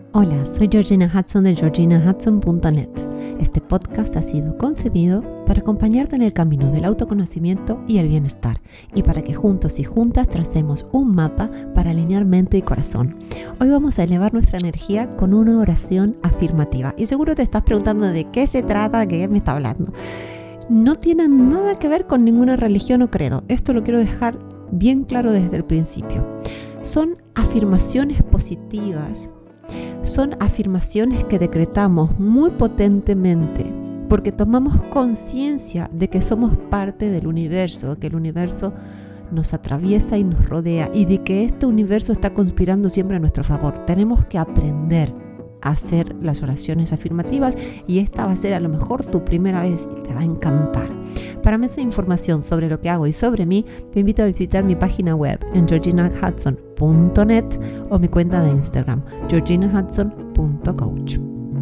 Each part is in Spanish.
Hola, soy Georgina Hudson de georginahudson.net. Este podcast ha sido concebido para acompañarte en el camino del autoconocimiento y el bienestar, y para que juntos y juntas tracemos un mapa para alinear mente y corazón. Hoy vamos a elevar nuestra energía con una oración afirmativa. Y seguro te estás preguntando de qué se trata, de qué me está hablando. No tiene nada que ver con ninguna religión o credo. Esto lo quiero dejar bien claro desde el principio. Son afirmaciones positivas. Son afirmaciones que decretamos muy potentemente porque tomamos conciencia de que somos parte del universo, que el universo nos atraviesa y nos rodea y de que este universo está conspirando siempre a nuestro favor. Tenemos que aprender a hacer las oraciones afirmativas y esta va a ser a lo mejor tu primera vez y te va a encantar. Para más información sobre lo que hago y sobre mí, te invito a visitar mi página web en georginahudson.net o mi cuenta de Instagram, georginahudson.coach.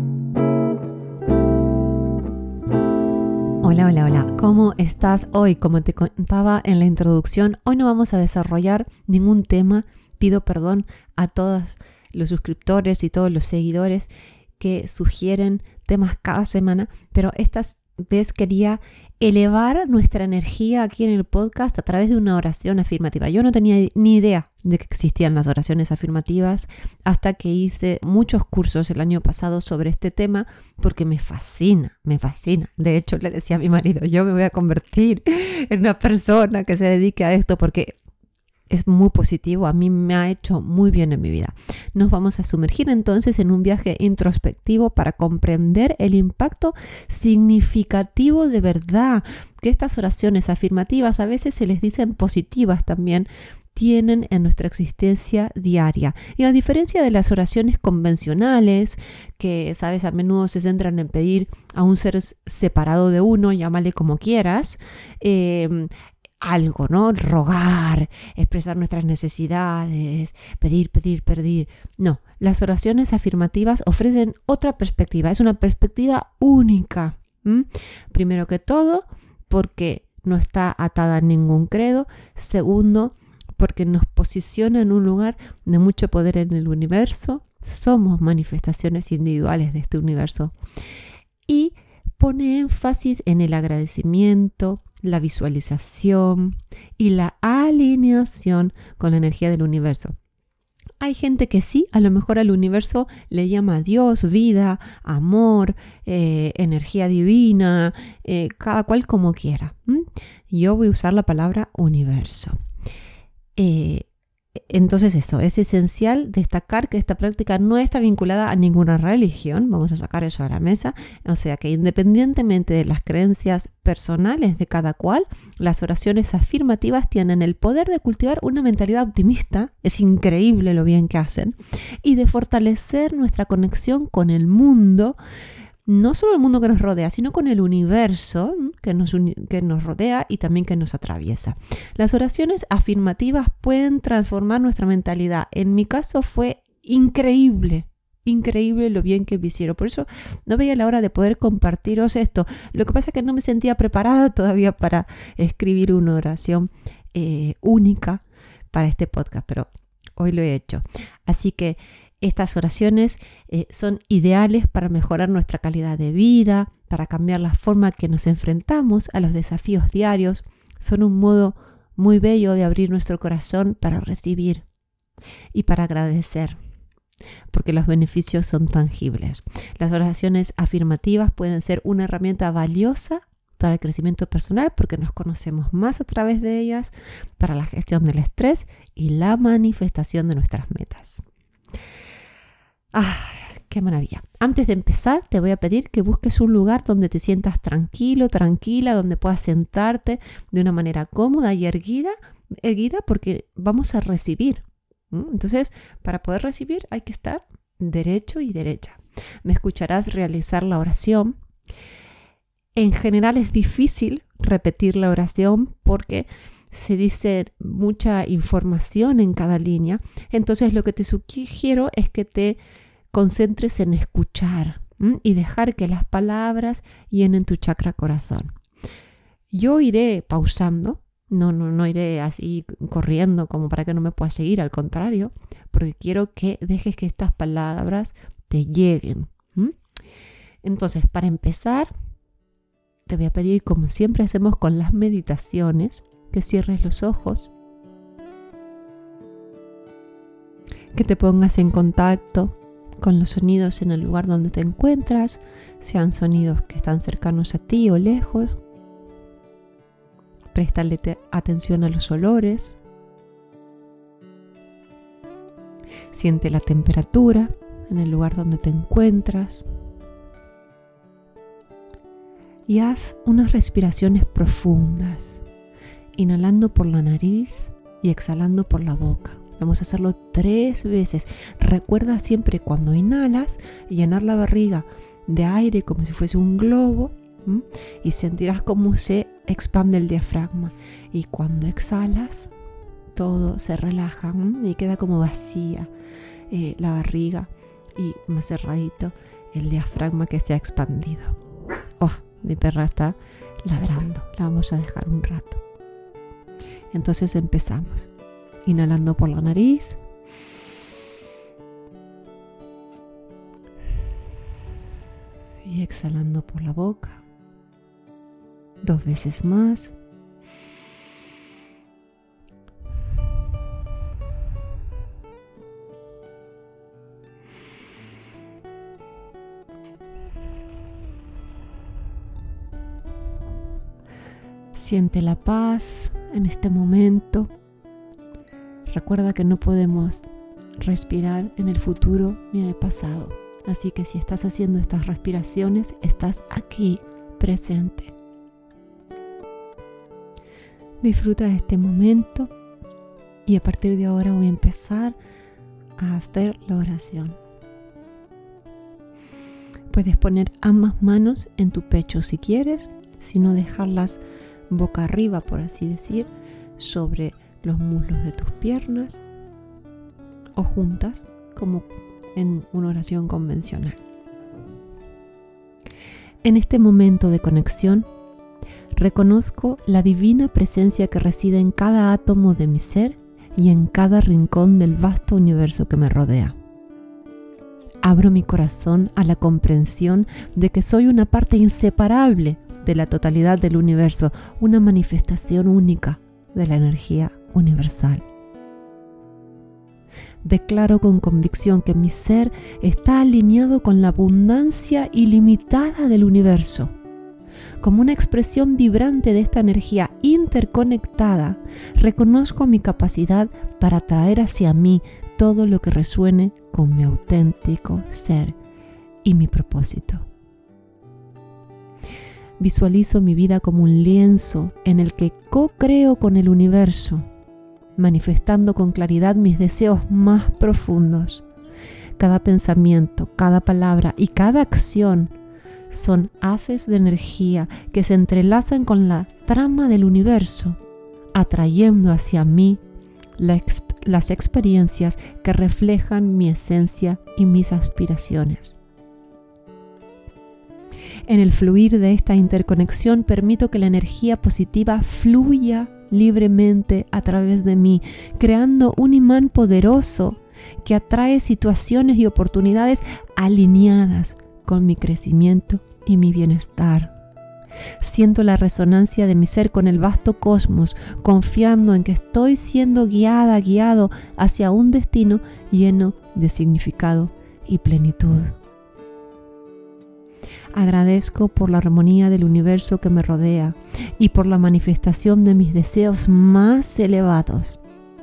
Hola, ¿cómo estás hoy? Como te contaba en la introducción, hoy no vamos a desarrollar ningún tema. Pido perdón a todos los suscriptores y todos los seguidores que sugieren temas cada semana, pero esta vez quería elevar nuestra energía aquí en el podcast a través de una oración afirmativa. Yo no tenía ni idea de que existían las oraciones afirmativas hasta que hice muchos cursos el año pasado sobre este tema porque me fascina. De hecho, le decía a mi marido, yo me voy a convertir en una persona que se dedique a esto porque es muy positivo, a mí me ha hecho muy bien en mi vida. Nos vamos a sumergir entonces en un viaje introspectivo para comprender el impacto significativo de verdad que estas oraciones afirmativas, a veces se les dicen positivas también, tienen en nuestra existencia diaria. Y a diferencia de las oraciones convencionales, que sabes, a menudo se centran en pedir a un ser separado de uno, llámale como quieras, algo, ¿no? Rogar, expresar nuestras necesidades, pedir. No, las oraciones afirmativas ofrecen otra perspectiva, es una perspectiva única. Primero que todo, porque no está atada a ningún credo. Segundo, porque nos posiciona en un lugar de mucho poder en el universo. Somos manifestaciones individuales de este universo. Y pone énfasis en el agradecimiento, la visualización y la alineación con la energía del universo. Hay gente que sí, a lo mejor al universo le llama Dios, vida, amor, energía divina, cada cual como quiera. Yo voy a usar la palabra universo. Entonces eso, es esencial destacar que esta práctica no está vinculada a ninguna religión, vamos a sacar eso a la mesa, o sea que independientemente de las creencias personales de cada cual, las oraciones afirmativas tienen el poder de cultivar una mentalidad optimista, es increíble lo bien que hacen, y de fortalecer nuestra conexión con el mundo, no solo el mundo que nos rodea, sino con el universo que nos rodea y también que nos atraviesa. Las oraciones afirmativas pueden transformar nuestra mentalidad. En mi caso fue increíble lo bien que me hicieron. Por eso no veía la hora de poder compartiros esto. Lo que pasa es que no me sentía preparada todavía para escribir una oración única para este podcast, pero hoy lo he hecho. Así que estas oraciones son ideales para mejorar nuestra calidad de vida, para cambiar la forma que nos enfrentamos a los desafíos diarios. Son un modo muy bello de abrir nuestro corazón para recibir y para agradecer, porque los beneficios son tangibles. Las oraciones afirmativas pueden ser una herramienta valiosa para el crecimiento personal porque nos conocemos más a través de ellas, para la gestión del estrés y la manifestación de nuestras metas. ¡Qué maravilla! Antes de empezar, te voy a pedir que busques un lugar donde te sientas tranquilo, tranquila, donde puedas sentarte de una manera cómoda y erguida porque vamos a recibir. Entonces, para poder recibir hay que estar derecho y derecha. Me escucharás realizar la oración. En general es difícil repetir la oración porque se dice mucha información en cada línea. Entonces, lo que te sugiero es que te concentres en escuchar y dejar que las palabras llenen tu chakra corazón. Yo iré pausando, no iré así corriendo como para que no me puedas seguir, al contrario, porque quiero que dejes que estas palabras te lleguen. Entonces, para empezar, te voy a pedir, como siempre hacemos con las meditaciones, que cierres los ojos, que te pongas en contacto con los sonidos en el lugar donde te encuentras, sean sonidos que están cercanos a ti o lejos. Préstale atención a los olores. Siente la temperatura en el lugar donde te encuentras. Y haz unas respiraciones profundas, inhalando por la nariz y exhalando por la boca. Vamos a hacerlo 3 veces. Recuerda siempre cuando inhalas, llenar la barriga de aire como si fuese un globo, y sentirás cómo se expande el diafragma. Y cuando exhalas, todo se relaja y queda como vacía la barriga y más cerradito el diafragma que se ha expandido. Mi perra está ladrando. La vamos a dejar un rato. Entonces empezamos. Inhalando por la nariz. Y exhalando por la boca. 2 veces más. Siente la paz en este momento. Recuerda que no podemos respirar en el futuro ni en el pasado. Así que si estás haciendo estas respiraciones, estás aquí presente. Disfruta de este momento y a partir de ahora voy a empezar a hacer la oración. Puedes poner ambas manos en tu pecho si quieres, si no dejarlas boca arriba, por así decir, sobre los muslos de tus piernas o juntas como en una oración convencional. En este momento de conexión, reconozco la divina presencia que reside en cada átomo de mi ser y en cada rincón del vasto universo que me rodea. Abro mi corazón a la comprensión de que soy una parte inseparable de la totalidad del universo, una manifestación única de la energía universal. Declaro con convicción que mi ser está alineado con la abundancia ilimitada del universo. Como una expresión vibrante de esta energía interconectada, reconozco mi capacidad para atraer hacia mí todo lo que resuene con mi auténtico ser y mi propósito. Visualizo mi vida como un lienzo en el que co-creo con el universo, manifestando con claridad mis deseos más profundos. Cada pensamiento, cada palabra y cada acción son haces de energía que se entrelazan con la trama del universo, atrayendo hacia mí las experiencias que reflejan mi esencia y mis aspiraciones. En el fluir de esta interconexión permito que la energía positiva fluya libremente a través de mí, creando un imán poderoso que atrae situaciones y oportunidades alineadas con mi crecimiento y mi bienestar. Siento la resonancia de mi ser con el vasto cosmos, confiando en que estoy siendo guiado hacia un destino lleno de significado y plenitud. Agradezco por la armonía del universo que me rodea y por la manifestación de mis deseos más elevados.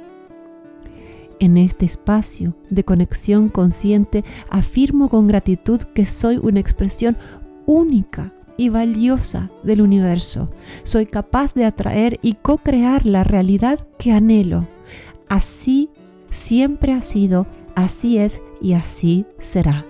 En este espacio de conexión consciente afirmo con gratitud que soy una expresión única y valiosa del universo. Soy capaz de atraer y co-crear la realidad que anhelo. Así siempre ha sido, así es y así será.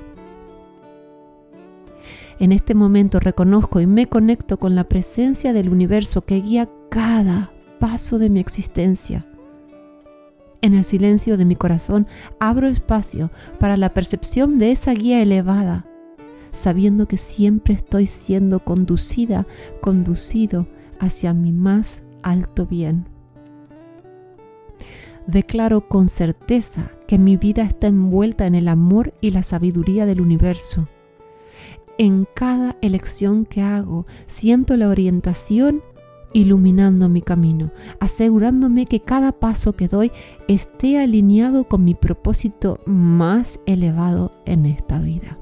En este momento reconozco y me conecto con la presencia del universo que guía cada paso de mi existencia. En el silencio de mi corazón abro espacio para la percepción de esa guía elevada, sabiendo que siempre estoy siendo conducido hacia mi más alto bien. Declaro con certeza que mi vida está envuelta en el amor y la sabiduría del universo. En cada elección que hago, siento la orientación iluminando mi camino, asegurándome que cada paso que doy esté alineado con mi propósito más elevado en esta vida.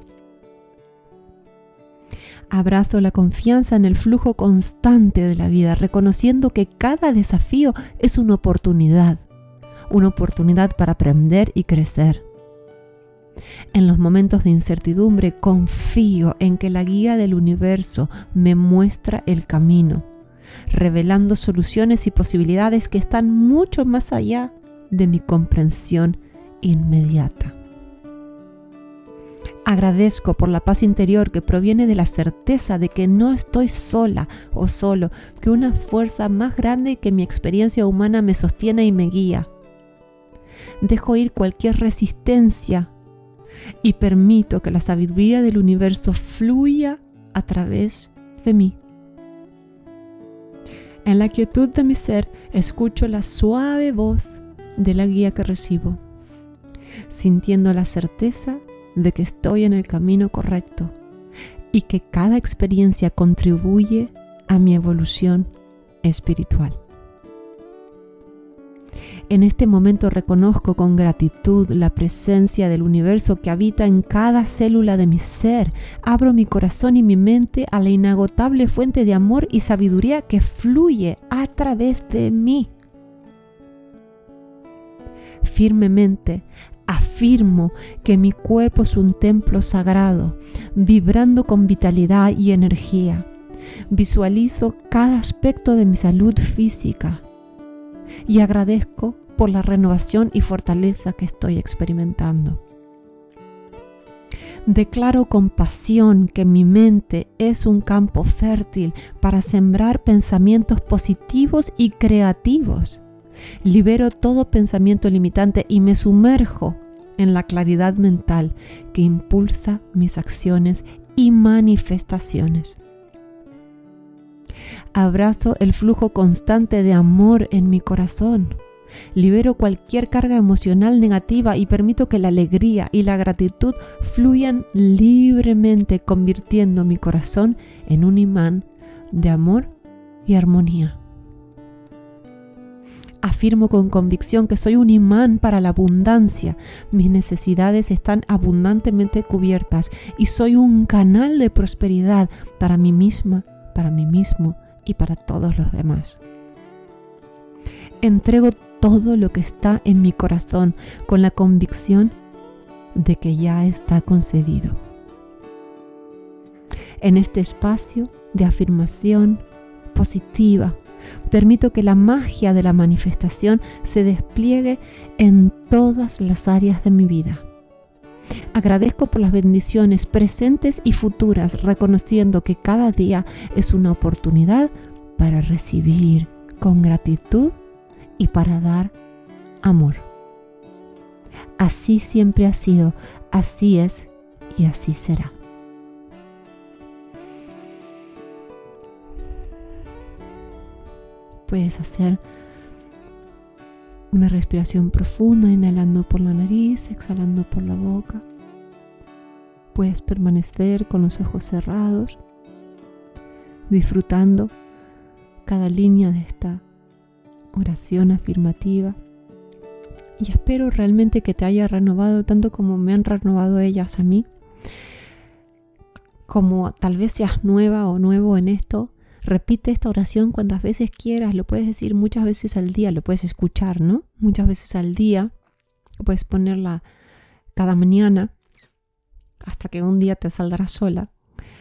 Abrazo la confianza en el flujo constante de la vida, reconociendo que cada desafío es una oportunidad para aprender y crecer. En los momentos de incertidumbre, confío en que la guía del universo me muestra el camino, revelando soluciones y posibilidades que están mucho más allá de mi comprensión inmediata. Agradezco por la paz interior que proviene de la certeza de que no estoy sola o solo, que una fuerza más grande que mi experiencia humana me sostiene y me guía. Dejo ir cualquier resistencia y permito que la sabiduría del universo fluya a través de mí. En la quietud de mi ser, escucho la suave voz de la guía que recibo, sintiendo la certeza de que estoy en el camino correcto y que cada experiencia contribuye a mi evolución espiritual. En este momento reconozco con gratitud la presencia del universo que habita en cada célula de mi ser. Abro mi corazón y mi mente a la inagotable fuente de amor y sabiduría que fluye a través de mí. Firmemente afirmo que mi cuerpo es un templo sagrado, vibrando con vitalidad y energía. Visualizo cada aspecto de mi salud física y agradezco por la renovación y fortaleza que estoy experimentando. Declaro con pasión que mi mente es un campo fértil para sembrar pensamientos positivos y creativos. Libero todo pensamiento limitante y me sumerjo en la claridad mental que impulsa mis acciones y manifestaciones. Abrazo el flujo constante de amor en mi corazón. Libero cualquier carga emocional negativa y permito que la alegría y la gratitud fluyan libremente, convirtiendo mi corazón en un imán de amor y armonía. Afirmo con convicción que soy un imán para la abundancia. Mis necesidades están abundantemente cubiertas y soy un canal de prosperidad para mí misma, para mí mismo y para todos los demás. Entrego todo lo que está en mi corazón con la convicción de que ya está concedido. En este espacio de afirmación positiva, permito que la magia de la manifestación se despliegue en todas las áreas de mi vida. Agradezco por las bendiciones presentes y futuras, reconociendo que cada día es una oportunidad para recibir con gratitud y para dar amor. Así siempre ha sido, así es y así será. Puedes hacer una respiración profunda, inhalando por la nariz, exhalando por la boca. Puedes permanecer con los ojos cerrados, disfrutando cada línea de esta oración afirmativa. Y espero realmente que te haya renovado tanto como me han renovado ellas a mí. Como tal vez seas nueva o nuevo en esto, repite esta oración cuantas veces quieras. Lo puedes decir muchas veces al día, lo puedes escuchar, ¿no? Muchas veces al día. Puedes ponerla cada mañana hasta que un día te saldrá sola.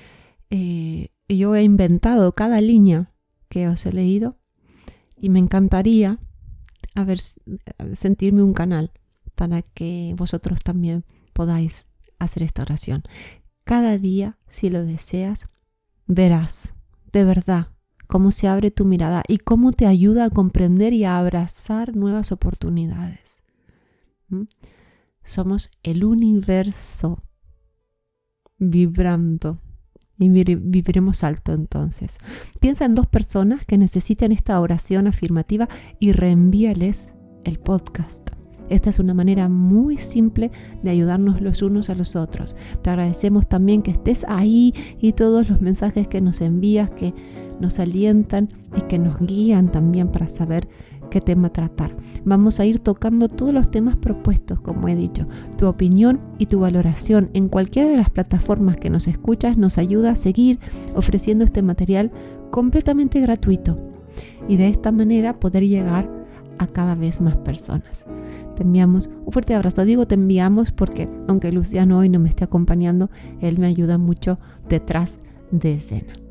Yo he inventado cada línea que os he leído y me encantaría sentirme un canal para que vosotros también podáis hacer esta oración. Cada día, si lo deseas, verás de verdad cómo se abre tu mirada y cómo te ayuda a comprender y a abrazar nuevas oportunidades. Somos el universo vibrando y viviremos alto entonces. Piensa en 2 personas que necesitan esta oración afirmativa y reenvíales el podcast. Esta es una manera muy simple de ayudarnos los unos a los otros. Te agradecemos también que estés ahí y todos los mensajes que nos envías, que nos alientan y que nos guían también para saber qué tema tratar. Vamos a ir tocando todos los temas propuestos, como he dicho. Tu opinión y tu valoración en cualquiera de las plataformas que nos escuchas nos ayuda a seguir ofreciendo este material completamente gratuito y de esta manera poder llegar a cada vez más personas. Te enviamos un fuerte abrazo. Digo te enviamos porque aunque Luciano hoy no me esté acompañando, él me ayuda mucho detrás de escena.